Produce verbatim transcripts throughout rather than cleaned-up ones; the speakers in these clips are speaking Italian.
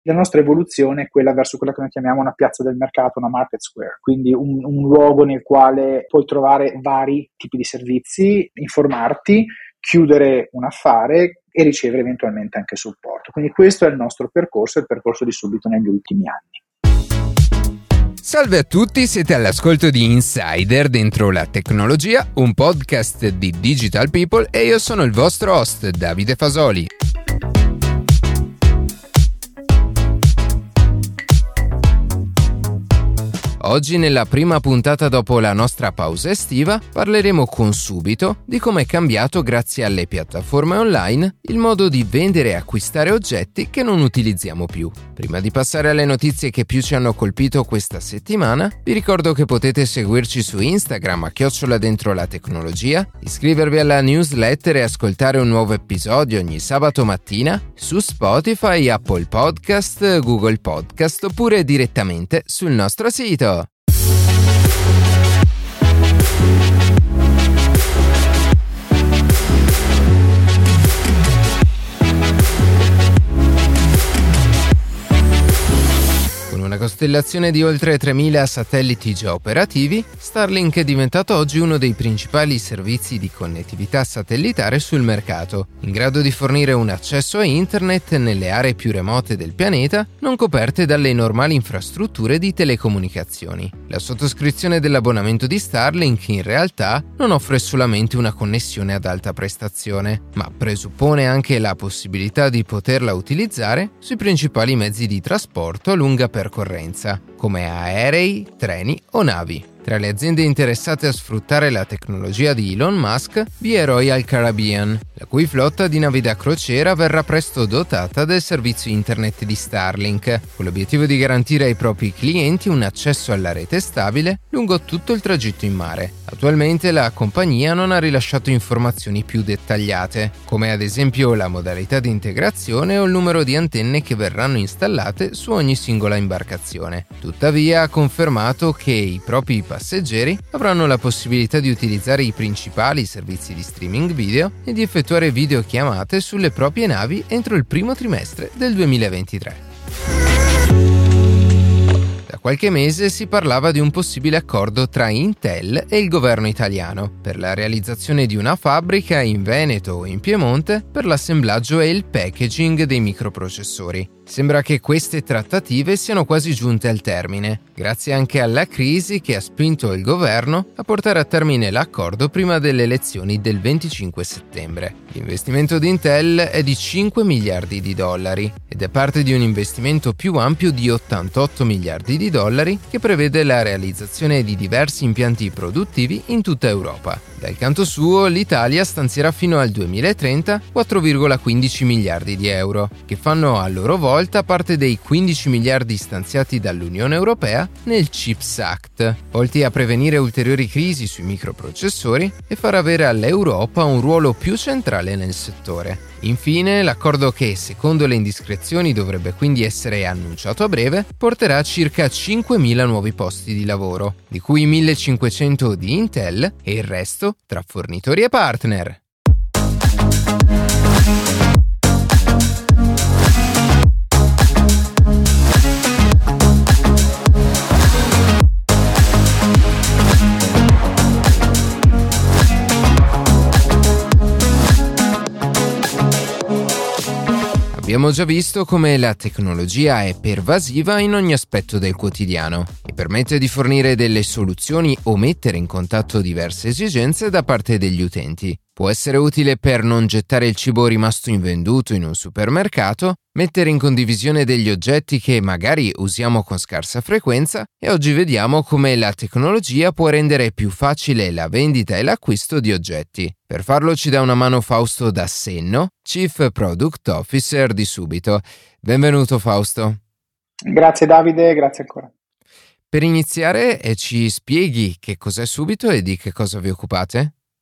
La nostra evoluzione è quella verso quella che noi chiamiamo una piazza del mercato, una market square, quindi un, un luogo nel quale puoi trovare vari tipi di servizi, informarti, chiudere un affare e ricevere eventualmente anche supporto. Quindi questo è il nostro percorso, il percorso di Subito negli ultimi anni. Salve a tutti, siete all'ascolto di Insider dentro la tecnologia, un podcast di Digital People e io sono il vostro host Davide Fasoli. Oggi, nella prima puntata dopo la nostra pausa estiva, parleremo con Subito di come è cambiato, grazie alle piattaforme online, il modo di vendere e acquistare oggetti che non utilizziamo più. Prima di passare alle notizie che più ci hanno colpito questa settimana, vi ricordo che potete seguirci su Instagram a chiocciola dentro la tecnologia, iscrivervi alla newsletter e ascoltare un nuovo episodio ogni sabato mattina su Spotify, Apple Podcast, Google Podcast oppure direttamente sul nostro sito. Una costellazione di oltre tremila satelliti già operativi, Starlink è diventato oggi uno dei principali servizi di connettività satellitare sul mercato, in grado di fornire un accesso a internet nelle aree più remote del pianeta, non coperte dalle normali infrastrutture di telecomunicazioni. La sottoscrizione dell'abbonamento di Starlink in realtà non offre solamente una connessione ad alta prestazione, ma presuppone anche la possibilità di poterla utilizzare sui principali mezzi di trasporto a lunga percorrenza, come aerei, treni o navi. Tra le aziende interessate a sfruttare la tecnologia di Elon Musk vi è Royal Caribbean, la cui flotta di navi da crociera verrà presto dotata del servizio internet di Starlink, con l'obiettivo di garantire ai propri clienti un accesso alla rete stabile lungo tutto il tragitto in mare. Attualmente la compagnia non ha rilasciato informazioni più dettagliate, come ad esempio la modalità di integrazione o il numero di antenne che verranno installate su ogni singola imbarcazione. Tuttavia ha confermato che i propri passeggeri avranno la possibilità di utilizzare i principali servizi di streaming video e di effettuare videochiamate sulle proprie navi entro il primo trimestre del duemilaventitré. Da qualche mese si parlava di un possibile accordo tra Intel e il governo italiano per la realizzazione di una fabbrica in Veneto o in Piemonte per l'assemblaggio e il packaging dei microprocessori. Sembra che queste trattative siano quasi giunte al termine, grazie anche alla crisi che ha spinto il governo a portare a termine l'accordo prima delle elezioni del venticinque settembre. L'investimento di Intel è di cinque miliardi di dollari ed è parte di un investimento più ampio di ottantotto miliardi di dollari che prevede la realizzazione di diversi impianti produttivi in tutta Europa. Dal canto suo, l'Italia stanzierà fino al duemilatrenta quattro virgola quindici miliardi di euro, che fanno a loro volta parte dei quindici miliardi stanziati dall'Unione Europea nel CHIPS Act, volti a prevenire ulteriori crisi sui microprocessori e far avere all'Europa un ruolo più centrale nel settore. Infine, l'accordo che, secondo le indiscrezioni, dovrebbe quindi essere annunciato a breve, porterà a circa cinquemila nuovi posti di lavoro, di cui millecinquecento di Intel e il resto tra fornitori e partner. Abbiamo già visto come la tecnologia è pervasiva in ogni aspetto del quotidiano e permette di fornire delle soluzioni o mettere in contatto diverse esigenze da parte degli utenti. Può essere utile per non gettare il cibo rimasto invenduto in un supermercato, mettere in condivisione degli oggetti che magari usiamo con scarsa frequenza e oggi vediamo come la tecnologia può rendere più facile la vendita e l'acquisto di oggetti. Per farlo ci dà una mano Fausto D'Assenno, Chief Product Officer di Subito. Benvenuto Fausto. Grazie Davide, grazie ancora. Per iniziare, ci spieghi che cos'è Subito e di che cosa vi occupate?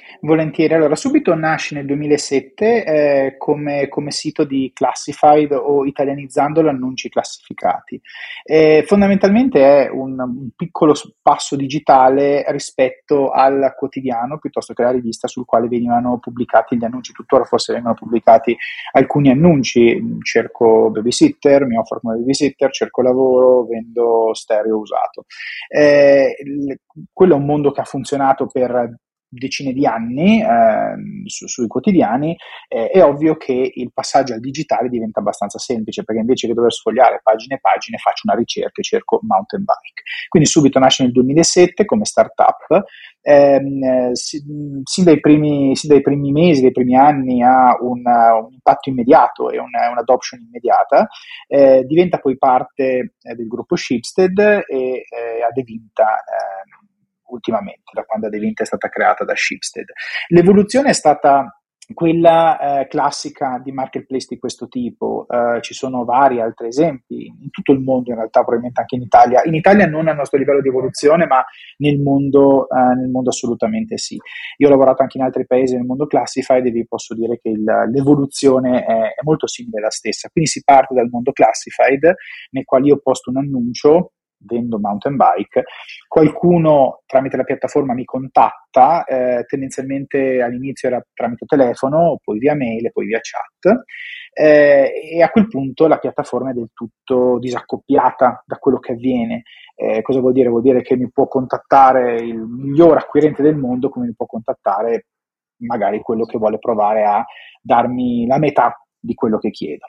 Volentieri. Allora, Subito nasce nel duemilasette eh, come, come sito di classified o italianizzandolo annunci classificati. Eh, fondamentalmente è un, un piccolo s- passo digitale rispetto al quotidiano piuttosto che alla rivista sul quale venivano pubblicati gli annunci. Tuttora forse vengono pubblicati alcuni annunci. Cerco babysitter, mi offro come babysitter, cerco lavoro, vendo stereo usato. Eh, il- quello è un mondo che ha funzionato per decine di anni eh, su, sui quotidiani. Eh, è ovvio che il passaggio al digitale diventa abbastanza semplice, perché invece che dover sfogliare pagine e pagine faccio una ricerca e cerco mountain bike. Quindi Subito nasce nel duemilasette come startup. Ehm, sin, sin, dai primi, sin dai primi mesi, dai primi anni ha un, un impatto immediato e una, un'adoption immediata. Eh, diventa poi parte eh, del gruppo Schibsted e eh, ha devinta eh, ultimamente, da quando Adevinta è stata creata da Schibsted. L'evoluzione è stata quella eh, classica di marketplace di questo tipo. Eh, ci sono vari altri esempi in tutto il mondo, in realtà, probabilmente anche in Italia. In Italia non al nostro livello di evoluzione, ma nel mondo, eh, nel mondo assolutamente sì. Io ho lavorato anche in altri paesi nel mondo classified e vi posso dire che il, l'evoluzione è, è molto simile alla stessa. Quindi si parte dal mondo classified, nel quale io posto un annuncio, vendo mountain bike, qualcuno tramite la piattaforma mi contatta, eh, tendenzialmente all'inizio era tramite telefono, poi via mail e poi via chat, eh, e a quel punto la piattaforma è del tutto disaccoppiata da quello che avviene. Eh, cosa vuol dire? Vuol dire che mi può contattare il miglior acquirente del mondo, come mi può contattare magari quello che vuole provare a darmi la metà di quello che chiedo.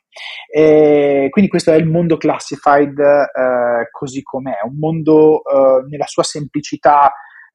E quindi questo è il mondo classified eh, così com'è, un mondo eh, nella sua semplicità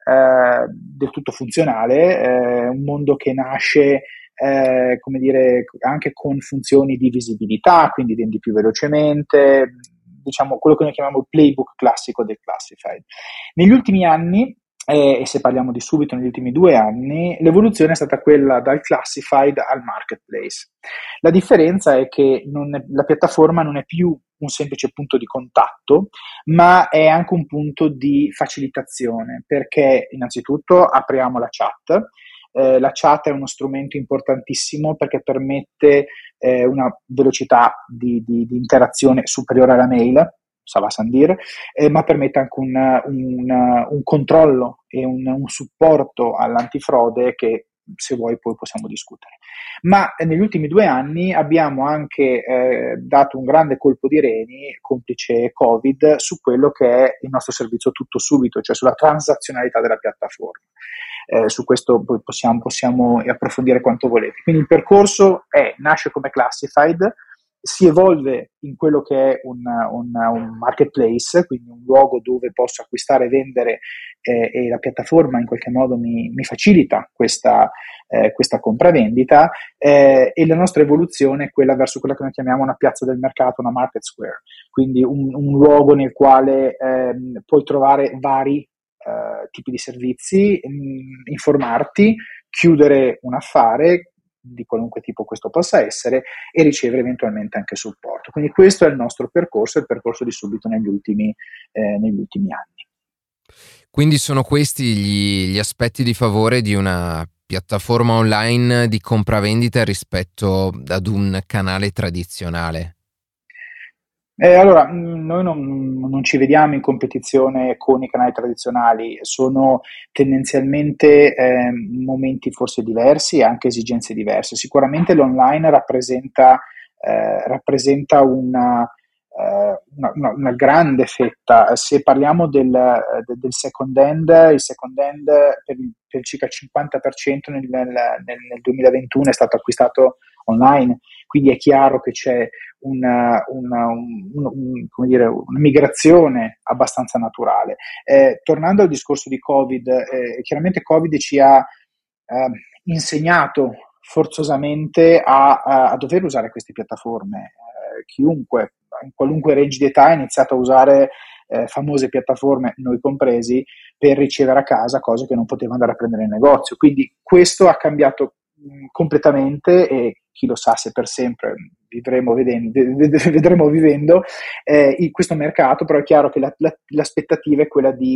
eh, del tutto funzionale, eh, un mondo che nasce eh, come dire, anche con funzioni di visibilità, quindi vendi più velocemente, diciamo quello che noi chiamiamo il playbook classico del classified. Negli ultimi anni, eh, e se parliamo di Subito negli ultimi due anni, l'evoluzione è stata quella dal classified al marketplace. La differenza è che non è, la piattaforma non è più un semplice punto di contatto, ma è anche un punto di facilitazione, perché innanzitutto apriamo la chat. Eh, la chat è uno strumento importantissimo perché permette eh, una velocità di, di, di interazione superiore alla mail, ça va sans dire, eh, ma permette anche un, un, un controllo e un, un supporto all'antifrode che, se vuoi, poi possiamo discutere. Ma eh, negli ultimi due anni abbiamo anche eh, dato un grande colpo di reni, complice Covid, su quello che è il nostro servizio tutto subito, cioè sulla transazionalità della piattaforma. Eh, su questo poi possiamo, possiamo approfondire quanto volete. Quindi il percorso è, nasce come classified, si evolve in quello che è un, un, un marketplace, quindi un luogo dove posso acquistare e vendere, eh, e la piattaforma in qualche modo mi, mi facilita questa, eh, questa compravendita, eh, e la nostra evoluzione è quella verso quella che noi chiamiamo una piazza del mercato, una market square, quindi un, un luogo nel quale eh, puoi trovare vari eh, tipi di servizi, mh, informarti, chiudere un affare di qualunque tipo questo possa essere e ricevere eventualmente anche supporto. Quindi questo è il nostro percorso, il percorso di Subito negli ultimi, eh, negli ultimi anni. Quindi sono questi gli, gli aspetti di favore di una piattaforma online di compravendita rispetto ad un canale tradizionale? Eh, allora, mh, noi non, non ci vediamo in competizione con i canali tradizionali, sono tendenzialmente eh, momenti forse diversi e anche esigenze diverse. Sicuramente l'online rappresenta, eh, rappresenta una, eh, una, una- una grande fetta. Se parliamo del, eh, de- del second hand, il second hand per, il- per circa il cinquanta per cento nel, nel, nel- nel duemilaventuno è stato acquistato online, quindi è chiaro che c'è una, una, un, un, come dire, una migrazione abbastanza naturale. Eh, tornando al discorso di Covid, eh, chiaramente Covid ci ha eh, insegnato forzosamente a, a, a dover usare queste piattaforme. Eh, chiunque, in qualunque range di età, ha iniziato a usare eh, famose piattaforme, noi compresi, per ricevere a casa cose che non poteva andare a prendere in negozio. Quindi questo ha cambiato mh, completamente, e chi lo sa se per sempre vivremo vedendo, vedremo vivendo eh, in questo mercato, però è chiaro che la, la, l'aspettativa è quella di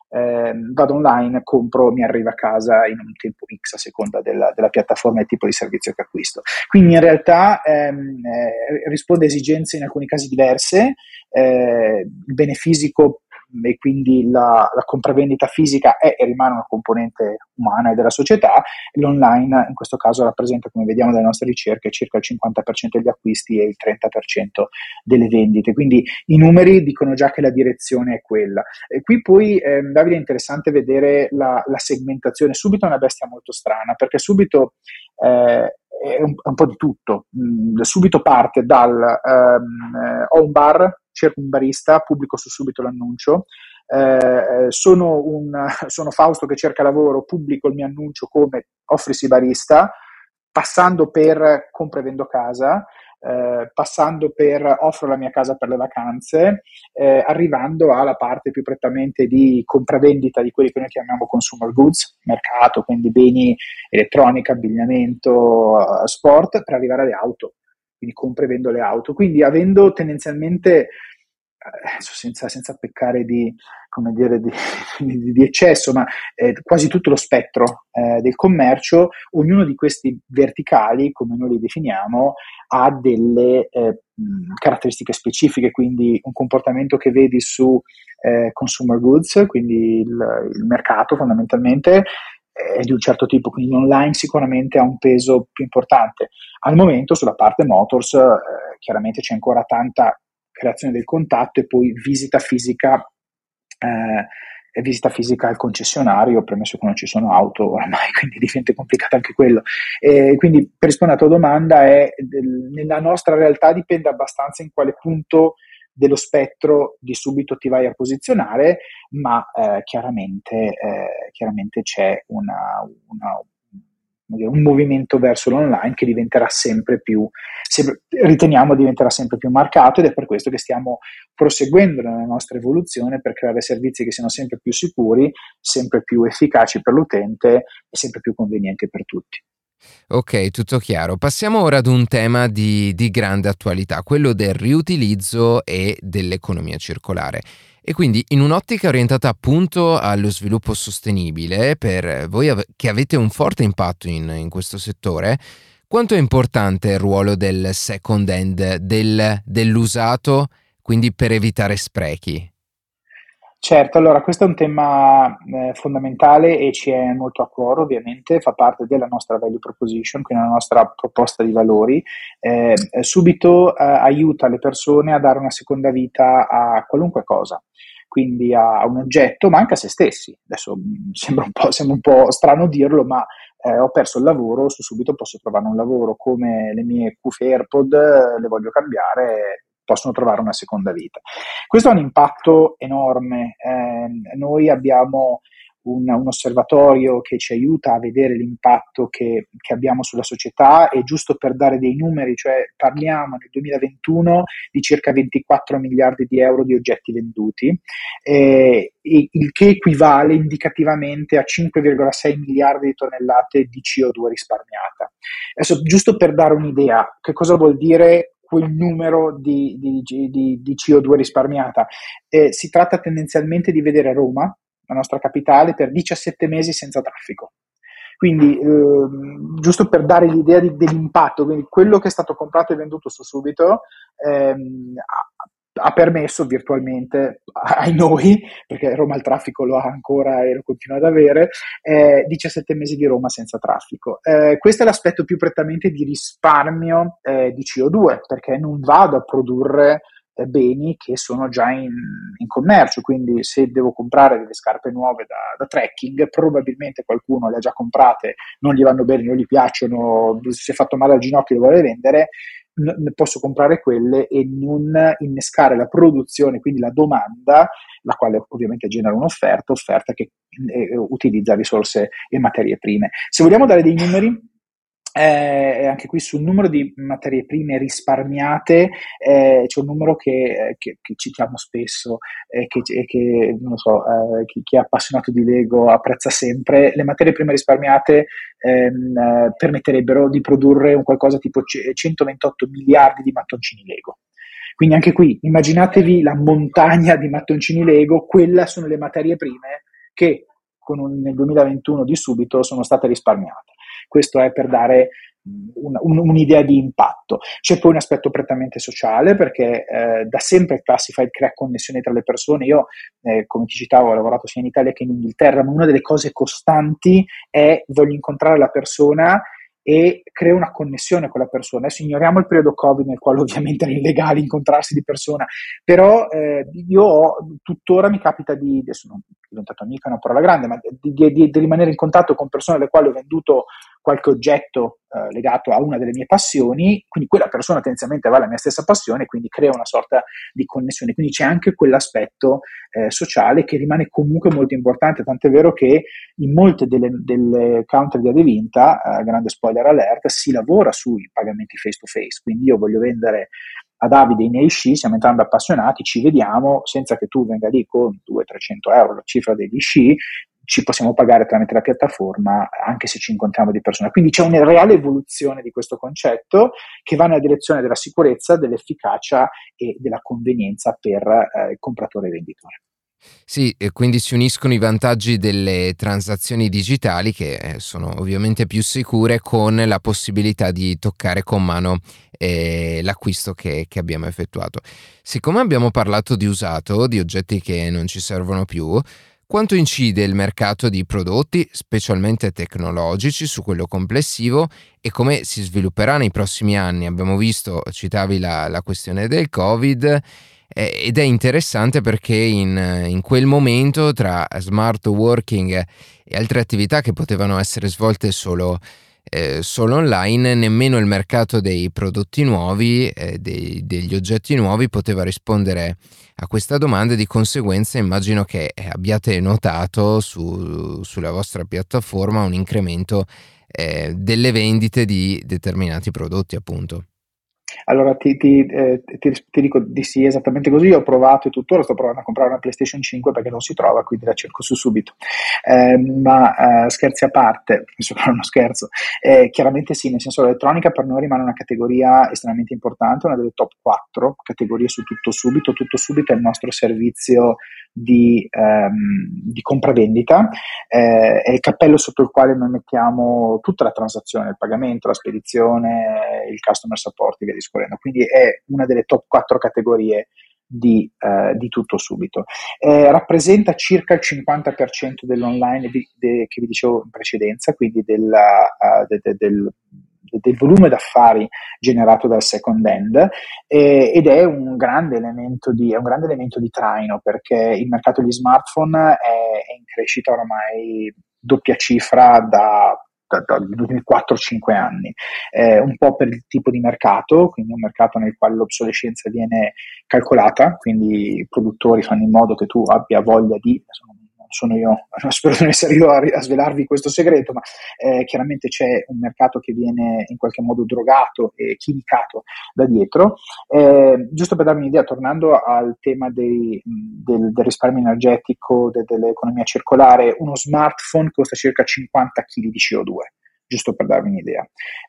eh, vado online, compro, mi arriva a casa in un tempo X a seconda della, della piattaforma e il tipo di servizio che acquisto. Quindi in realtà ehm, eh, risponde a esigenze in alcuni casi diverse, eh, il bene fisico e quindi la, la compravendita fisica è e rimane una componente umana e della società, e l'online in questo caso rappresenta, come vediamo dalle nostre ricerche, circa il cinquanta per cento degli acquisti e il trenta per cento delle vendite, quindi i numeri dicono già che la direzione è quella. E qui poi eh, Davide, è interessante vedere la, la segmentazione. Subito è una bestia molto strana, perché subito eh, è, un, è un po' di tutto. Mm, subito parte dal ehm, ho un bar, cerco un barista, pubblico su Subito l'annuncio, eh, sono, un, sono Fausto che cerca lavoro, pubblico il mio annuncio come offrisi barista, passando per compra e vendo casa, eh, passando per offro la mia casa per le vacanze, eh, arrivando alla parte più prettamente di compravendita di quelli che noi chiamiamo consumer goods, mercato, quindi beni, elettronica, abbigliamento, sport, per arrivare alle auto. Quindi compro e vendo le auto, quindi avendo tendenzialmente, senza, senza peccare di, come dire, di, di, di eccesso, ma eh, quasi tutto lo spettro eh, del commercio, ognuno di questi verticali, come noi li definiamo, ha delle eh, caratteristiche specifiche, quindi un comportamento che vedi su eh, consumer goods, quindi il, il mercato fondamentalmente, è di un certo tipo, quindi l'online sicuramente ha un peso più importante. Al momento sulla parte motors eh, chiaramente c'è ancora tanta creazione del contatto e poi visita fisica eh, visita fisica al concessionario, premesso che non ci sono auto oramai, quindi diventa complicato anche quello. E quindi per rispondere alla tua domanda, è, nella nostra realtà dipende abbastanza in quale punto dello spettro di Subito ti vai a posizionare, ma eh, chiaramente, eh, chiaramente c'è una, una un movimento verso l'online che diventerà sempre più, sempre, riteniamo diventerà sempre più marcato, ed è per questo che stiamo proseguendo nella nostra evoluzione per creare servizi che siano sempre più sicuri, sempre più efficaci per l'utente e sempre più convenienti per tutti. Ok, tutto chiaro. Passiamo ora ad un tema di, di grande attualità, quello del riutilizzo e dell'economia circolare. E quindi in un'ottica orientata appunto allo sviluppo sostenibile, per voi av- che avete un forte impatto in, in questo settore, quanto è importante il ruolo del second hand, del, dell'usato, quindi per evitare sprechi? Certo, allora questo è un tema eh, fondamentale e ci è molto a cuore, ovviamente, fa parte della nostra value proposition, quindi la nostra proposta di valori. Eh, subito eh, aiuta le persone a dare una seconda vita a qualunque cosa, quindi a, a un oggetto, ma anche a se stessi. Adesso mh, sembra un po', sembra un po' strano dirlo, ma eh, ho perso il lavoro, su Subito posso trovare un lavoro, come le mie cuffie AirPod, eh, le voglio cambiare, possono trovare una seconda vita. Questo ha un impatto enorme. Eh, noi abbiamo un, un osservatorio che ci aiuta a vedere l'impatto che, che abbiamo sulla società, e giusto per dare dei numeri, cioè parliamo nel duemilaventuno di circa ventiquattro miliardi di euro di oggetti venduti, eh, il che equivale indicativamente a cinque virgola sei miliardi di tonnellate di C O due risparmiata. Adesso, giusto per dare un'idea, che cosa vuol dire quel numero di, di, di, di C O due risparmiata? Eh, si tratta tendenzialmente di vedere Roma, la nostra capitale, per diciassette mesi senza traffico. Quindi, eh, giusto per dare l'idea di, dell'impatto, quindi quello che è stato comprato e venduto su Subito ehm, ha, ha permesso virtualmente ai noi, perché Roma il traffico lo ha ancora e lo continua ad avere, eh, diciassette mesi di Roma senza traffico. Eh, questo è l'aspetto più prettamente di risparmio eh, di C O due, perché non vado a produrre beni che sono già in, in commercio, quindi se devo comprare delle scarpe nuove da, da trekking, probabilmente qualcuno le ha già comprate, non gli vanno bene, non gli piacciono, si è fatto male al ginocchio e le vuole vendere, n- posso comprare quelle e non innescare la produzione, quindi la domanda, la quale ovviamente genera un'offerta, offerta che eh, utilizza risorse e materie prime. Se vogliamo dare dei numeri, Eh, anche qui sul numero di materie prime risparmiate, eh, c'è un numero che, che, che citiamo spesso, eh, che, che, non lo so, eh, chi, chi è appassionato di Lego apprezza sempre. Le materie prime risparmiate ehm, eh, permetterebbero di produrre un qualcosa tipo centoventotto miliardi di mattoncini Lego. Quindi anche qui immaginatevi la montagna di mattoncini Lego, quelle sono le materie prime che con un, nel duemilaventuno di subito sono state risparmiate. Questo è per dare un, un, un'idea di impatto. C'è poi un aspetto prettamente sociale, perché eh, da sempre il Classified crea connessioni tra le persone. Io, eh, come ti citavo, ho lavorato sia in Italia che in Inghilterra, ma una delle cose costanti è voglio incontrare la persona e crea una connessione con la persona. Adesso ignoriamo il periodo Covid, nel quale ovviamente era illegale incontrarsi di persona, però eh, io ho, tuttora mi capita di, adesso non è diventato amica, è una parola grande, ma di, di, di rimanere in contatto con persone alle quali ho venduto qualche oggetto eh, legato a una delle mie passioni, quindi quella persona tendenzialmente aveva la mia stessa passione, quindi crea una sorta di connessione. Quindi c'è anche quell'aspetto eh, sociale che rimane comunque molto importante, tant'è vero che in molte delle, delle country di Adevinta, eh, grande spoiler alert, si lavora sui pagamenti face to face, quindi io voglio vendere a Davide i miei sci, siamo entrambi appassionati, ci vediamo senza che tu venga lì con duecento trecento euro la cifra degli sci, ci possiamo pagare tramite la piattaforma anche se ci incontriamo di persona. Quindi c'è una reale evoluzione di questo concetto che va nella direzione della sicurezza, dell'efficacia e della convenienza per eh, il compratore e il venditore. Sì, e quindi si uniscono i vantaggi delle transazioni digitali, che sono ovviamente più sicure, con la possibilità di toccare con mano eh, l'acquisto che, che abbiamo effettuato. Siccome abbiamo parlato di usato, di oggetti che non ci servono più, quanto incide il mercato di prodotti, specialmente tecnologici, su quello complessivo e come si svilupperà nei prossimi anni? Abbiamo visto, citavi la, la questione del Covid, ed è interessante perché in, in quel momento, tra smart working e altre attività che potevano essere svolte solo, eh, solo online, nemmeno il mercato dei prodotti nuovi, eh, dei, degli oggetti nuovi poteva rispondere a questa domanda, e di conseguenza immagino che abbiate notato su, sulla vostra piattaforma un incremento eh, delle vendite di determinati prodotti, appunto. Allora ti, ti, eh, ti, ti dico di sì, esattamente così. Ho provato e tuttora sto provando a comprare una PlayStation cinque perché non si trova, quindi la cerco su subito. Eh, ma eh, scherzi a parte, questo è uno scherzo, eh, chiaramente sì, nel senso l'elettronica per noi rimane una categoria estremamente importante, una delle top quattro categorie su Tutto Subito. Tutto Subito è il nostro servizio di, ehm, di compravendita, eh, è il cappello sotto il quale noi mettiamo tutta la transazione, il pagamento, la spedizione, il customer support e via discorrendo. Quindi è una delle top quattro categorie di, eh, di Tutto Subito. Eh, rappresenta circa il cinquanta per cento dell'online di, de, che vi dicevo in precedenza, quindi della, uh, de, de, del del volume d'affari generato dal second hand, eh, ed è un grande elemento di, è un grande elemento di traino, perché il mercato degli smartphone è, è in crescita oramai doppia cifra da dagli ultimi quattro cinque anni, eh, un po' per il tipo di mercato, quindi un mercato nel quale l'obsolescenza viene calcolata, quindi i produttori fanno in modo che tu abbia voglia di, non sono io, spero di non essere io a, a svelarvi questo segreto, ma eh, chiaramente c'è un mercato che viene in qualche modo drogato e chimicato da dietro. Eh, giusto per darvi un'idea, tornando al tema dei, del, del risparmio energetico, de, dell'economia circolare, uno smartphone costa circa cinquanta chili di C O due. Giusto per darvi un'idea.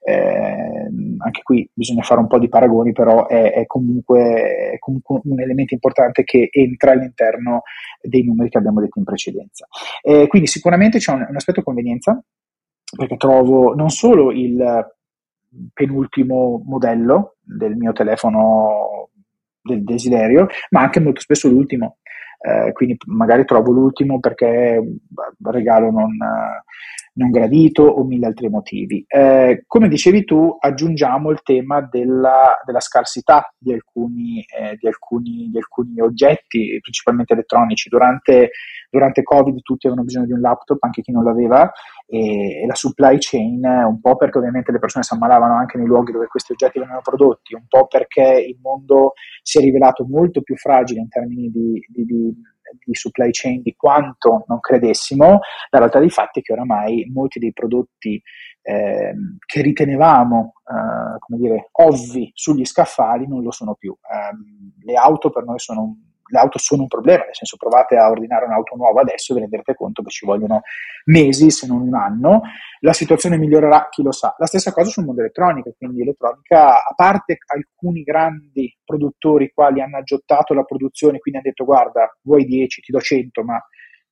Eh, anche qui bisogna fare un po' di paragoni, però è, è, comunque, è comunque un elemento importante che entra all'interno dei numeri che abbiamo detto in precedenza. Eh, quindi sicuramente c'è un, un aspetto convenienza, perché trovo non solo il penultimo modello del mio telefono del desiderio, ma anche molto spesso l'ultimo. Eh, quindi magari trovo l'ultimo perché regalo non, non gradito o mille altri motivi. Eh, come dicevi tu, aggiungiamo il tema della, della scarsità di alcuni, eh, di, alcuni, di alcuni oggetti, principalmente elettronici. Durante, durante Covid tutti avevano bisogno di un laptop, anche chi non l'aveva, e, e la supply chain, un po' perché ovviamente le persone si ammalavano anche nei luoghi dove questi oggetti venivano prodotti, un po' perché il mondo si è rivelato molto più fragile in termini di, di, di, di supply chain di quanto non credessimo. La realtà dei fatti è che oramai molti dei prodotti eh, che ritenevamo eh, come dire, ovvi sugli scaffali non lo sono più. Eh, le auto per noi sono un le auto sono un problema, nel senso, provate a ordinare un'auto nuova adesso, vi renderete conto che ci vogliono mesi se non un anno. La situazione migliorerà, chi lo sa. La stessa cosa sul mondo elettronico, quindi elettronica, a parte alcuni grandi produttori quali hanno aggiottato la produzione, quindi hanno detto guarda, vuoi dieci, ti do cento, ma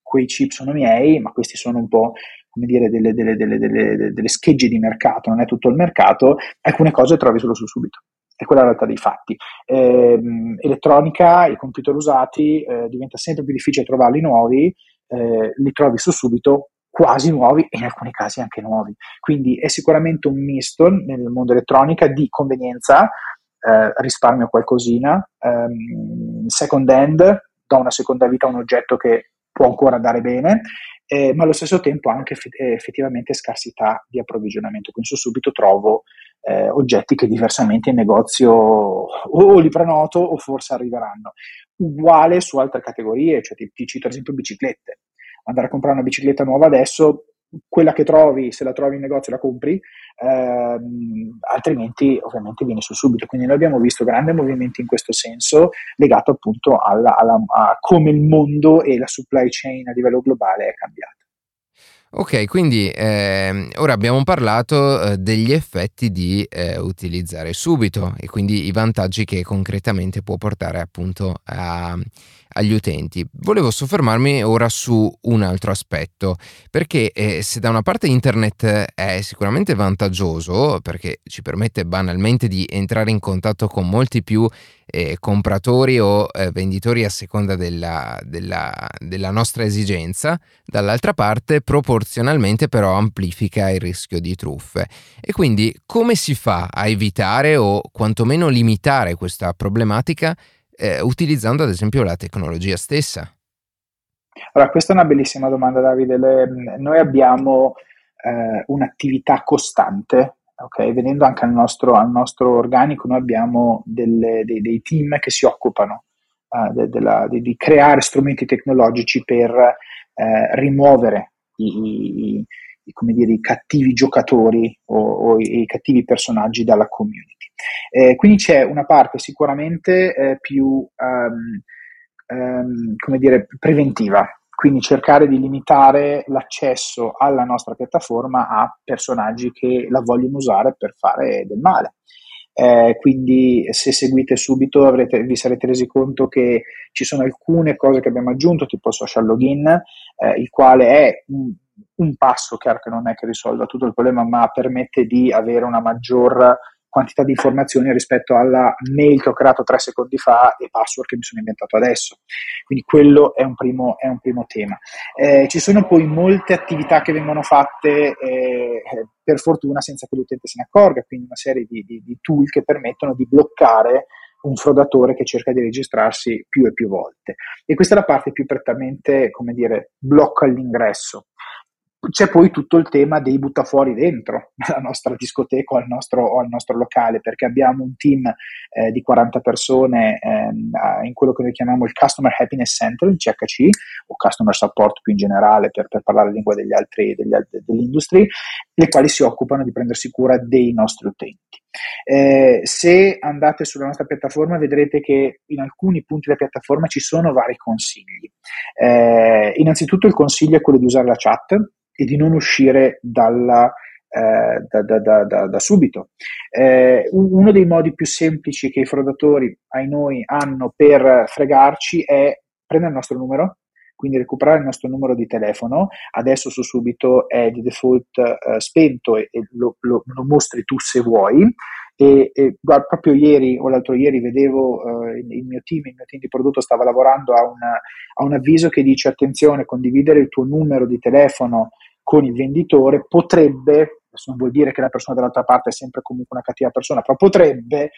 quei chip sono miei, ma questi sono un po', come dire, delle, delle, delle, delle, delle schegge di mercato, non è tutto il mercato, alcune cose trovi solo su Subito. E quella è la realtà dei fatti. Eh, elettronica, i computer usati, eh, diventa sempre più difficile trovarli nuovi, eh, li trovi su Subito, quasi nuovi e in alcuni casi anche nuovi. Quindi è sicuramente un misto nel mondo elettronica di convenienza, eh, risparmio qualcosina, ehm, second hand, do una seconda vita a un oggetto che può ancora andare bene, eh, ma allo stesso tempo anche eff- effettivamente scarsità di approvvigionamento. Quindi su Subito trovo eh, oggetti che diversamente in negozio o li prenoto o forse arriveranno. Uguale su altre categorie, cioè ti, ti cito ad esempio biciclette. Andare a comprare una bicicletta nuova adesso, quella che trovi, se la trovi in negozio la compri, ehm, altrimenti ovviamente vieni su Subito. Quindi noi abbiamo visto grandi movimenti in questo senso, legato appunto alla, alla, a come il mondo e la supply chain a livello globale è cambiata. Ok, quindi eh, ora abbiamo parlato eh, degli effetti di eh, utilizzare Subito e quindi i vantaggi che concretamente può portare appunto a, agli utenti. Volevo soffermarmi ora su un altro aspetto, perché eh, se da una parte internet è sicuramente vantaggioso, perché ci permette banalmente di entrare in contatto con molti più eh, compratori o eh, venditori a seconda della, della, della nostra esigenza, dall'altra parte proporzionalmente però amplifica il rischio di truffe. E quindi come si fa a evitare o quantomeno limitare questa problematica eh, utilizzando ad esempio la tecnologia stessa? Allora, questa è una bellissima domanda, Davide. Le, noi abbiamo eh, un'attività costante, ok? Venendo anche al nostro, al nostro organico, noi abbiamo delle, dei, dei team che si occupano eh, de, della, di, di creare strumenti tecnologici per eh, rimuovere i, i, i, come dire, i cattivi giocatori o, o i, i cattivi personaggi dalla community. Eh, quindi c'è una parte sicuramente eh, più um, um, come dire, preventiva, quindi cercare di limitare l'accesso alla nostra piattaforma a personaggi che la vogliono usare per fare del male. Eh, quindi se seguite Subito avrete, vi sarete resi conto che ci sono alcune cose che abbiamo aggiunto, tipo social login, eh, il quale è un, un passo, chiaro che non è che risolva tutto il problema, ma permette di avere una maggior quantità di informazioni rispetto alla mail che ho creato tre secondi fa e password che mi sono inventato adesso. Quindi quello è un primo, è un primo tema. Eh, ci sono poi molte attività che vengono fatte eh, per fortuna senza che l'utente se ne accorga, quindi una serie di, di, di tool che permettono di bloccare un frodatore che cerca di registrarsi più e più volte. E questa è la parte più prettamente, come dire, blocca l'ingresso. C'è poi tutto il tema dei buttafuori dentro la nostra discoteca o al nostro, o al nostro locale, perché abbiamo un team eh, di quaranta persone ehm, in quello che noi chiamiamo il Customer Happiness Center, il C H C, o Customer Support più in generale per, per parlare la lingua degli altri, degli altri, dell'industria, le quali si occupano di prendersi cura dei nostri utenti. Eh, se andate sulla nostra piattaforma vedrete che in alcuni punti della piattaforma ci sono vari consigli. Eh, innanzitutto il consiglio è quello di usare la chat e di non uscire dalla, eh, da, da, da, da, da subito. Eh, uno dei modi più semplici che i frodatori, ai noi, hanno per fregarci è prendere il nostro numero, quindi recuperare il nostro numero di telefono. Adesso su Subito è di default eh, spento e, e lo, lo, lo mostri tu se vuoi. E, e guarda, proprio ieri o l'altro ieri vedevo eh, il, il mio team, il mio team di prodotto stava lavorando a, una, a un avviso che dice: attenzione, condividere il tuo numero di telefono con il venditore potrebbe, adesso non vuol dire che la persona dall'altra parte è sempre comunque una cattiva persona, però potrebbe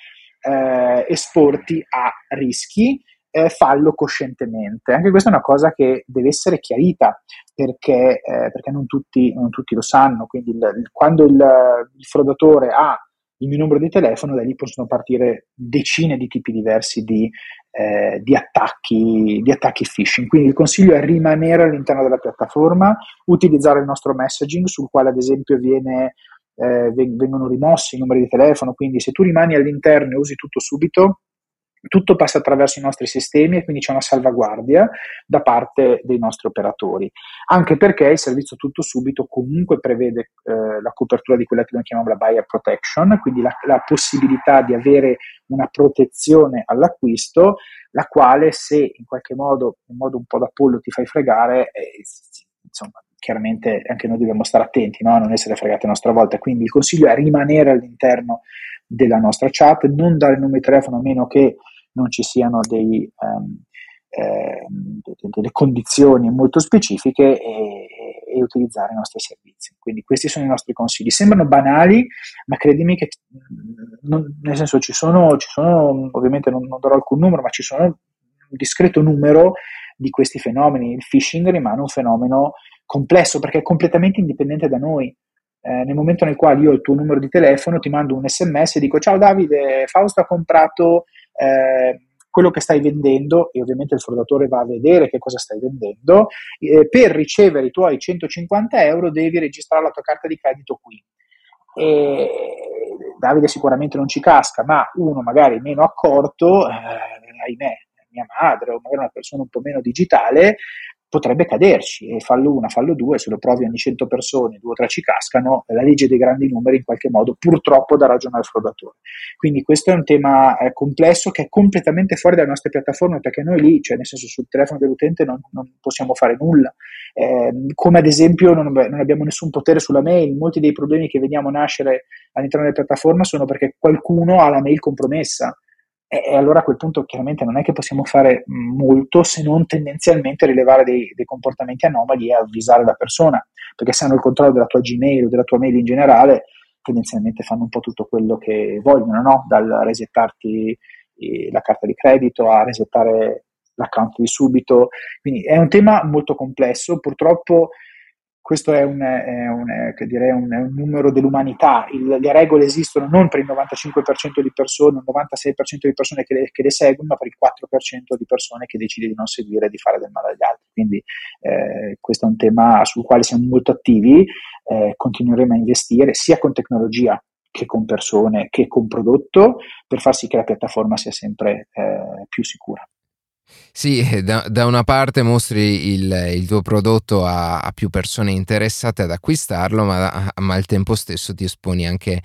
eh, esporti a rischi, eh, fallo coscientemente. Anche questa è una cosa che deve essere chiarita, perché, eh, perché non, tutti, non tutti lo sanno. Quindi il, il, quando il, il frodatore ha il mio numero di telefono, da lì possono partire decine di tipi diversi di, eh, di attacchi di attacchi phishing. Quindi il consiglio è rimanere all'interno della piattaforma, utilizzare il nostro messaging, sul quale ad esempio viene, eh, vengono rimossi i numeri di telefono. Quindi se tu rimani all'interno e usi tutto Subito, tutto passa attraverso i nostri sistemi e quindi c'è una salvaguardia da parte dei nostri operatori, anche perché il servizio Tutto Subito comunque prevede eh, la copertura di quella che noi chiamiamo la buyer protection, quindi la, la possibilità di avere una protezione all'acquisto, la quale se in qualche modo, in modo un po' da pollo ti fai fregare, eh, insomma, chiaramente anche noi dobbiamo stare attenti, no? A non essere fregati a nostra volta, quindi il consiglio è rimanere all'interno della nostra chat, non dare il numero di telefono a meno che non ci siano dei, um, eh, delle condizioni molto specifiche e, e utilizzare i nostri servizi. Quindi questi sono i nostri consigli. Sembrano banali, ma credimi che non, nel senso ci sono, ci sono ovviamente non, non darò alcun numero, ma ci sono un discreto numero di questi fenomeni. Il phishing rimane un fenomeno complesso perché è completamente indipendente da noi. Eh, nel momento nel quale io ho il tuo numero di telefono, ti mando un sms e dico: ciao Davide, Fausto ha comprato eh, quello che stai vendendo, e ovviamente il fraudatore va a vedere che cosa stai vendendo. Eh, per ricevere i tuoi centocinquanta euro devi registrare la tua carta di credito qui. E Davide sicuramente non ci casca, ma uno magari meno accorto, eh, ahimè, mia madre o magari una persona un po' meno digitale, potrebbe caderci, e fallo una, fallo due, se lo provi ogni cento persone, due o tre ci cascano, la legge dei grandi numeri in qualche modo purtroppo dà ragione al fraudatore. Quindi questo è un tema eh, complesso che è completamente fuori dalle nostre piattaforme, perché noi lì, cioè nel senso sul telefono dell'utente non, non possiamo fare nulla, eh, come ad esempio non, non abbiamo nessun potere sulla mail. Molti dei problemi che vediamo nascere all'interno della piattaforma sono perché qualcuno ha la mail compromessa. E allora a quel punto chiaramente non è che possiamo fare molto se non tendenzialmente rilevare dei, dei comportamenti anomali e avvisare la persona, perché se hanno il controllo della tua Gmail o della tua mail in generale, tendenzialmente fanno un po' tutto quello che vogliono, no? Dal resettarti eh, la carta di credito a resettare l'account di subito. Quindi è un tema molto complesso, purtroppo questo è un, è un, che direi un, è un numero dell'umanità. Il, le regole esistono non per il novantacinque per cento di persone, il novantasei per cento di persone che le, che le seguono, ma per il quattro per cento di persone che decide di non seguire e di fare del male agli altri. Quindi eh, questo è un tema sul quale siamo molto attivi, eh, continueremo a investire sia con tecnologia che con persone, che con prodotto, per far sì che la piattaforma sia sempre eh, più sicura. Sì, da, da una parte mostri il, il tuo prodotto a, a più persone interessate ad acquistarlo, ma, ma al tempo stesso ti esponi anche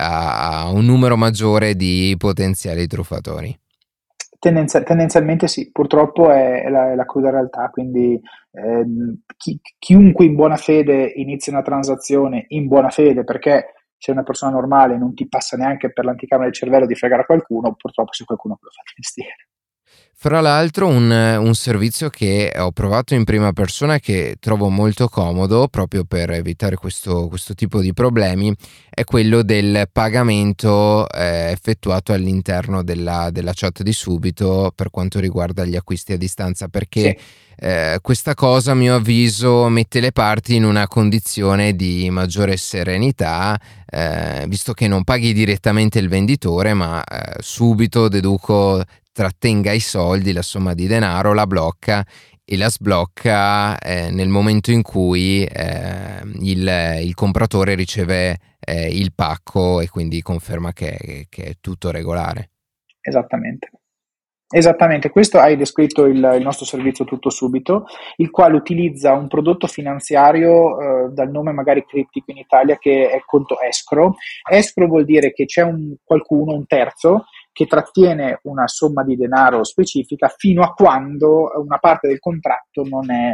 a, a un numero maggiore di potenziali truffatori. Tendenza, tendenzialmente sì, purtroppo è, è, la, è la cruda realtà, quindi eh, chi, chiunque in buona fede inizi una transazione in buona fede, perché sei una persona normale, non ti passa neanche per l'anticamera del cervello di fregare a qualcuno, purtroppo c'è qualcuno che lo fa di mestiere. Fra l'altro un, un servizio che ho provato in prima persona e che trovo molto comodo proprio per evitare questo, questo tipo di problemi è quello del pagamento eh, effettuato all'interno della, della chat di subito per quanto riguarda gli acquisti a distanza, perché sì. eh, questa cosa a mio avviso mette le parti in una condizione di maggiore serenità, eh, visto che non paghi direttamente il venditore ma eh, subito deduco trattenga i soldi, la somma di denaro, la blocca e la sblocca eh, nel momento in cui eh, il, il compratore riceve eh, il pacco e quindi conferma che, che è tutto regolare. Esattamente. Esattamente, questo hai descritto il, il nostro servizio tutto subito, il quale utilizza un prodotto finanziario eh, dal nome magari criptico in Italia, che è conto escrow. Escrow vuol dire che c'è un qualcuno, un terzo, che trattiene una somma di denaro specifica fino a quando una parte del contratto non, è,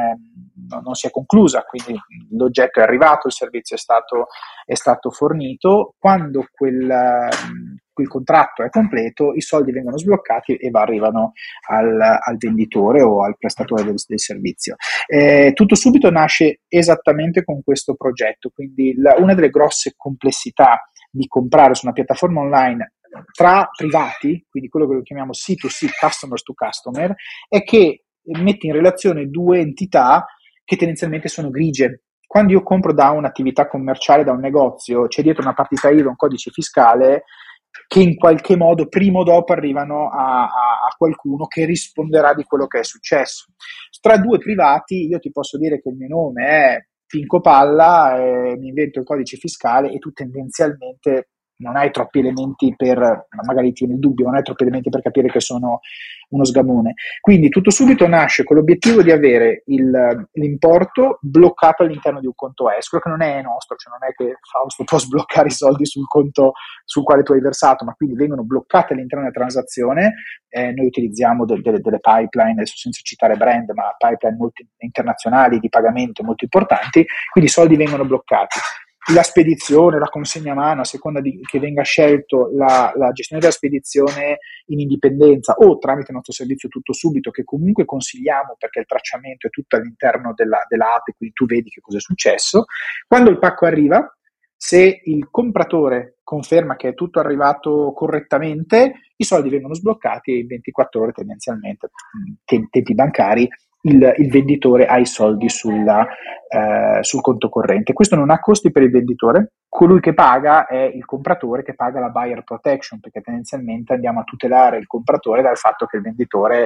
eh, non si è conclusa, quindi l'oggetto è arrivato, il servizio è stato, è stato fornito. Quando quel, quel contratto è completo, i soldi vengono sbloccati e arrivano al, al venditore o al prestatore del, del servizio. Eh, tutto subito nasce esattamente con questo progetto, quindi la, una delle grosse complessità di comprare su una piattaforma online tra privati, quindi quello che lo chiamiamo C to C, customers to customer, è che mette in relazione due entità che tendenzialmente sono grigie. Quando io compro da un'attività commerciale, da un negozio, c'è dietro una partita I V A, un codice fiscale che in qualche modo prima o dopo arrivano a, a, a qualcuno che risponderà di quello che è successo. Tra due privati io ti posso dire che il mio nome è Pinco Palla, eh, mi invento il codice fiscale e tu tendenzialmente non hai troppi elementi per, magari ti viene il dubbio, non hai troppi elementi per capire che sono uno sgamone. Quindi tutto subito nasce con l'obiettivo di avere il, l'importo bloccato all'interno di un conto escrow, che non è nostro, cioè non è che Fausto può sbloccare i soldi sul conto sul quale tu hai versato, ma quindi vengono bloccate all'interno della transazione. Eh, noi utilizziamo de, de, delle pipeline, adesso senza citare brand, ma pipeline molti, internazionali di pagamento molto importanti, quindi i soldi vengono bloccati. La spedizione, la consegna a mano, a seconda di che venga scelto la, la gestione della spedizione in indipendenza o tramite il nostro servizio tutto subito, che comunque consigliamo perché il tracciamento è tutto all'interno della, dell'app, quindi tu vedi che cosa è successo. Quando il pacco arriva, se il compratore conferma che è tutto arrivato correttamente, i soldi vengono sbloccati e in ventiquattro ore tendenzialmente, tempi bancari, Il, il venditore ha i soldi sulla, eh, sul conto corrente. Questo non ha costi per il venditore, colui che paga è il compratore, che paga la buyer protection, perché tendenzialmente andiamo a tutelare il compratore dal fatto che il venditore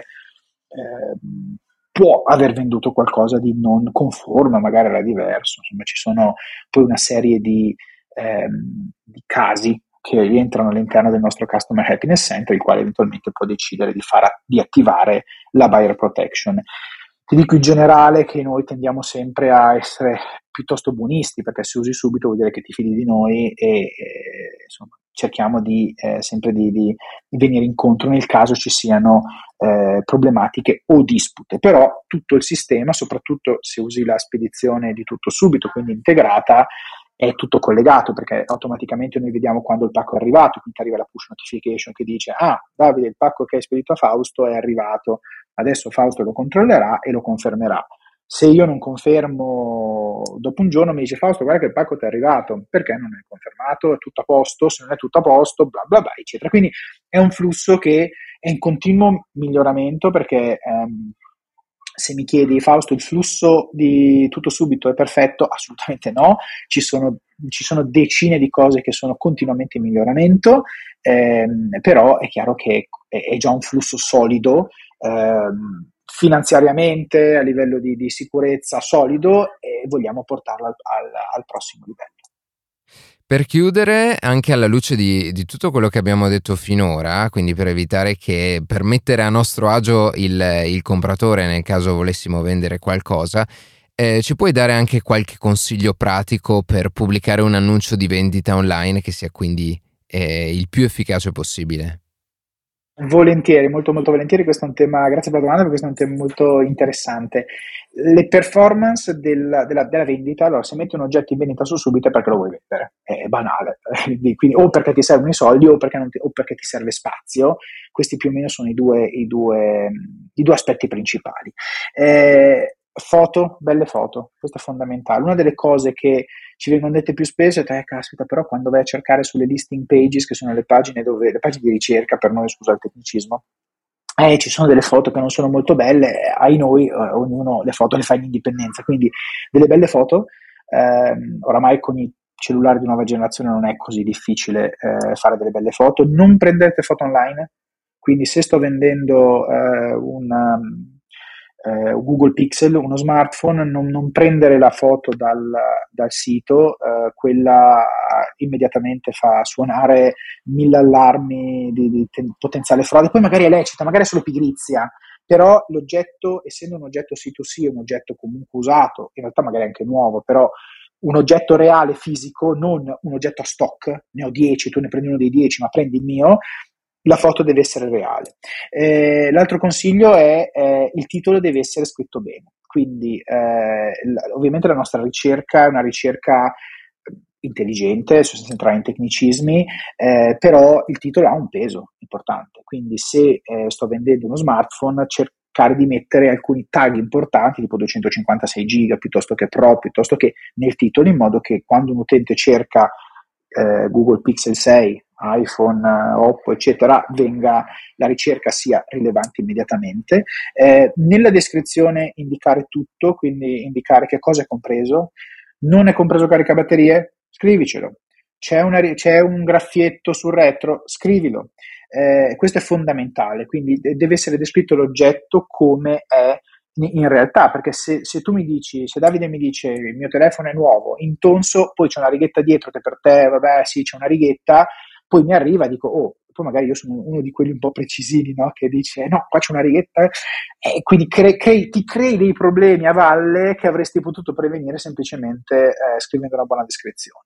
eh, può aver venduto qualcosa di non conforme, magari era diverso. Insomma, ci sono poi una serie di, ehm, di casi che rientrano all'interno del nostro Customer Happiness Center, il quale eventualmente può decidere di, far, di attivare la buyer protection. Ti dico in generale che noi tendiamo sempre a essere piuttosto buonisti, perché se usi subito vuol dire che ti fidi di noi e, e insomma, cerchiamo di, eh, sempre di, di venire incontro nel caso ci siano eh, problematiche o dispute. Però tutto il sistema, soprattutto se usi la spedizione di tutto subito, quindi integrata, è tutto collegato, perché automaticamente noi vediamo quando il pacco è arrivato, quindi arriva la push notification che dice: ah, Davide, il pacco che hai spedito a Fausto è arrivato, adesso Fausto lo controllerà e lo confermerà. Se io non confermo, dopo un giorno mi dice: Fausto, guarda che il pacco ti è arrivato, perché non è confermato, è tutto a posto, se non è tutto a posto, bla bla bla, eccetera. Quindi è un flusso che è in continuo miglioramento, perché ehm, se mi chiedi, Fausto, il flusso di tutto subito è perfetto? Assolutamente no, ci sono, ci sono decine di cose che sono continuamente in miglioramento, ehm, però è chiaro che è, è già un flusso solido, ehm, finanziariamente, a livello di, di sicurezza solido, e vogliamo portarlo al, al, al prossimo livello. Per chiudere, anche alla luce di, di tutto quello che abbiamo detto finora, quindi per evitare che, per mettere a nostro agio il, il compratore nel caso volessimo vendere qualcosa, eh, ci puoi dare anche qualche consiglio pratico per pubblicare un annuncio di vendita online che sia quindi eh, il più efficace possibile? Volentieri, molto molto volentieri, questo è un tema, grazie per la domanda, perché questo è un tema molto interessante. Le performance del- della, della vendita, allora se metti un oggetto in vendita su subito è perché lo vuoi vendere, è banale, quindi, quindi o perché ti servono i soldi o perché, non ti, o perché ti serve spazio. Questi più o meno sono i due, i due, i due aspetti principali. Eh, foto, belle foto, questo è fondamentale. Una delle cose che ci vengono dette più spesso è: eh, caspita, però quando vai a cercare sulle listing pages, che sono le pagine dove, le pagine di ricerca, per noi, scusa il tecnicismo, eh, ci sono delle foto che non sono molto belle, eh, ai noi, eh, ognuno le foto le fa in indipendenza, quindi delle belle foto, ehm, oramai con i cellulari di nuova generazione non è così difficile eh, fare delle belle foto. Non prendete foto online, quindi se sto vendendo eh, un um, eh, Google Pixel, uno smartphone, non, non prendere la foto dal, dal sito, eh, quella immediatamente fa suonare mille allarmi di, di ten- potenziale frode. Poi magari è lecita, magari è solo pigrizia, però l'oggetto, essendo un oggetto C due C, un oggetto comunque usato, in realtà magari anche nuovo, però un oggetto reale, fisico, non un oggetto a stock, ne ho dieci, tu ne prendi uno dei dieci, ma prendi il mio, la foto deve essere reale. Eh, l'altro consiglio è eh, il titolo deve essere scritto bene, quindi eh, l- ovviamente la nostra ricerca è una ricerca intelligente, senza entrare in tecnicismi, eh, però il titolo ha un peso importante, quindi se eh, sto vendendo uno smartphone, cercare di mettere alcuni tag importanti, tipo duecentocinquantasei giga, piuttosto che Pro, piuttosto che nel titolo, in modo che quando un utente cerca eh, Google Pixel sei, iPhone, eh, Oppo, eccetera, venga, la ricerca sia rilevante immediatamente. Eh, nella descrizione indicare tutto, quindi indicare che cosa è compreso. Non è compreso caricabatterie? Scrivicelo. C'è, una, c'è un graffietto sul retro? Scrivilo. Eh, questo è fondamentale, quindi deve essere descritto l'oggetto come è in realtà, perché se, se tu mi dici, se Davide mi dice il mio telefono è nuovo, intonso, poi c'è una righetta dietro che per te, vabbè sì c'è una righetta, poi mi arriva e dico, oh, poi magari io sono uno di quelli un po' precisini, no? Che dice, no, qua c'è una righetta, e quindi cre- cre- ti crei dei problemi a valle che avresti potuto prevenire semplicemente eh, scrivendo una buona descrizione.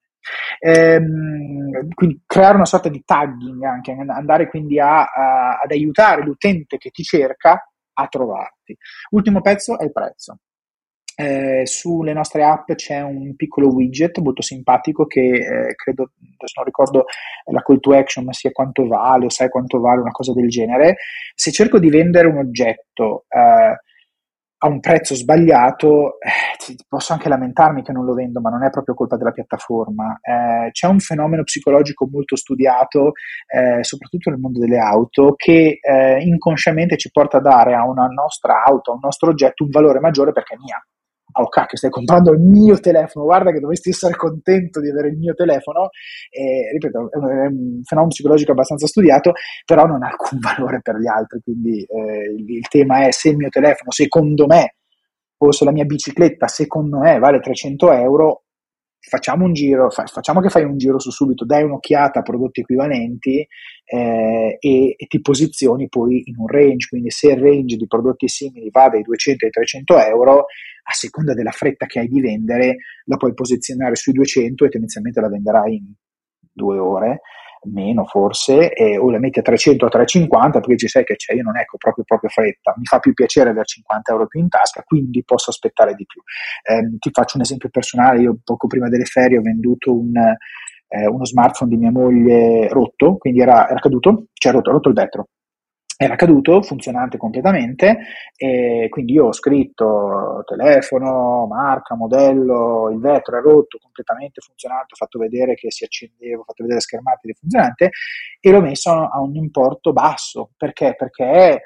Ehm, quindi creare una sorta di tagging, anche andare quindi a, a, ad aiutare l'utente che ti cerca a trovarti. Ultimo pezzo è il prezzo. Eh, sulle nostre app c'è un piccolo widget molto simpatico che eh, credo, adesso non ricordo la call to action, ma sia quanto vale o sai quanto vale, una cosa del genere. Se cerco di vendere un oggetto eh, a un prezzo sbagliato, eh, posso anche lamentarmi che non lo vendo, ma non è proprio colpa della piattaforma. Eh, c'è un fenomeno psicologico molto studiato, eh, soprattutto nel mondo delle auto, che eh, inconsciamente ci porta a dare a una nostra auto, a un nostro oggetto, un valore maggiore perché è mia. Oh cacchio, stai comprando il mio telefono, guarda che dovresti essere contento di avere il mio telefono. E, ripeto, è un, è un fenomeno psicologico abbastanza studiato, però non ha alcun valore per gli altri, quindi eh, il, il tema è: se il mio telefono secondo me, o se la mia bicicletta secondo me vale trecento euro, facciamo un giro, fa, facciamo che fai un giro su Subito, dai un'occhiata a prodotti equivalenti eh, e, e ti posizioni poi in un range. Quindi se il range di prodotti simili va dai duecento ai trecento euro, a seconda della fretta che hai di vendere la puoi posizionare sui duecento e tendenzialmente la venderai in due ore, meno forse, eh, o la metti a trecento o a trecentocinquanta perché ci sai che c'è, io non ecco proprio, proprio fretta, mi fa più piacere avere cinquanta euro più in tasca, quindi posso aspettare di più. Eh, ti faccio un esempio personale: io poco prima delle ferie ho venduto un, eh, uno smartphone di mia moglie rotto, quindi era, era caduto, cioè rotto, rotto il vetro. Era caduto, funzionante completamente, e quindi io ho scritto telefono, marca, modello, il vetro è rotto, completamente funzionante, ho fatto vedere che si accendeva, ho fatto vedere la schermata di funzionante e l'ho messo a un importo basso. Perché? Perché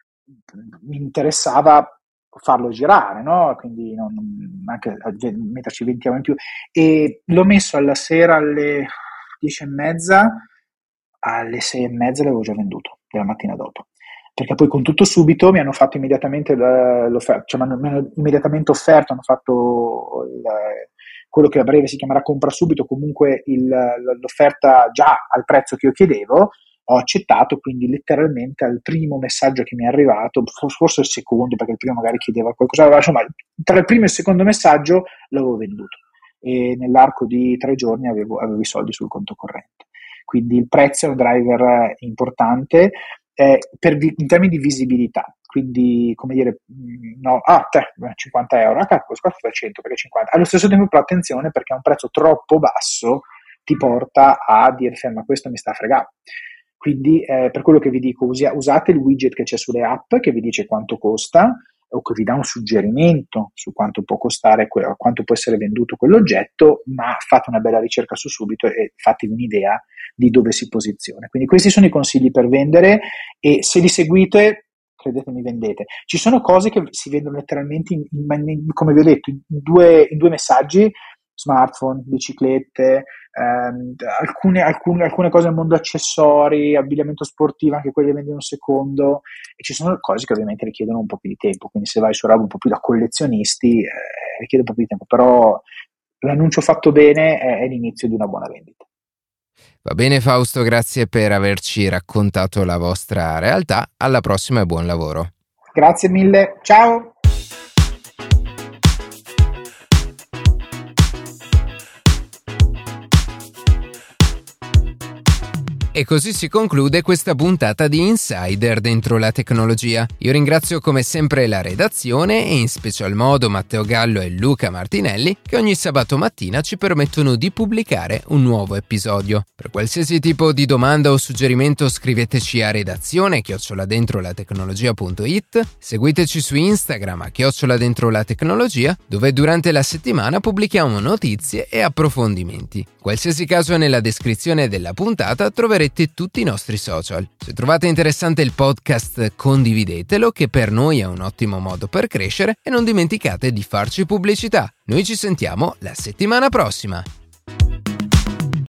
mi interessava farlo girare, no? Quindi non, anche metterci venti euro in più, e l'ho messo alla sera alle dieci e mezza, alle sei e mezza l'avevo già venduto, della mattina dopo, perché poi con tutto subito mi hanno fatto immediatamente l'offerta, cioè mi hanno, mi hanno immediatamente offerto, hanno fatto il, quello che a breve si chiamerà compra subito, comunque il, l'offerta già al prezzo che io chiedevo. Ho accettato, quindi letteralmente al primo messaggio che mi è arrivato, forse il secondo, perché il primo magari chiedeva qualcosa, insomma tra il primo e il secondo messaggio l'avevo venduto e nell'arco di tre giorni avevo, avevo i soldi sul conto corrente. Quindi il prezzo è un driver importante eh, per, in termini di visibilità. Quindi, come dire, no, ah, te, cinquanta euro, ah, cazzo, questo fa cento perché cinquanta. Allo stesso tempo, però, attenzione, perché a un prezzo troppo basso ti porta a dire ferma, questo mi sta a fregare. Quindi, eh, per quello che vi dico, usia, usate il widget che c'è sulle app che vi dice quanto costa o che vi dà un suggerimento su quanto può costare, quanto può essere venduto quell'oggetto, ma fate una bella ricerca su Subito e fatevi un'idea di dove si posiziona. Quindi questi sono i consigli per vendere e se li seguite, credetemi, vendete. Ci sono cose che si vendono letteralmente, in, in, come vi ho detto, in due, in due messaggi: smartphone, biciclette, ehm, alcune, alcune, alcune cose nel mondo accessori, abbigliamento sportivo, anche quelli vendi un secondo, e ci sono cose che ovviamente richiedono un po' più di tempo, quindi se vai su roba un po' più da collezionisti eh, richiede un po' più di tempo, però l'annuncio fatto bene è, è l'inizio di una buona vendita. Va bene Fausto, grazie per averci raccontato la vostra realtà, alla prossima e buon lavoro. Grazie mille, ciao! E così si conclude questa puntata di Insider dentro la tecnologia. Io ringrazio come sempre la redazione e in special modo Matteo Gallo e Luca Martinelli che ogni sabato mattina ci permettono di pubblicare un nuovo episodio. Per qualsiasi tipo di domanda o suggerimento scriveteci a redazione chiocciola dentro la tecnologia punto it, seguiteci su Instagram a chiocciola dentro la tecnologia, dove durante la settimana pubblichiamo notizie e approfondimenti. Qualsiasi caso nella descrizione della puntata troverete tutti i nostri social. Se trovate interessante il podcast, condividetelo, che per noi è un ottimo modo per crescere, e non dimenticate di farci pubblicità. Noi ci sentiamo la settimana prossima.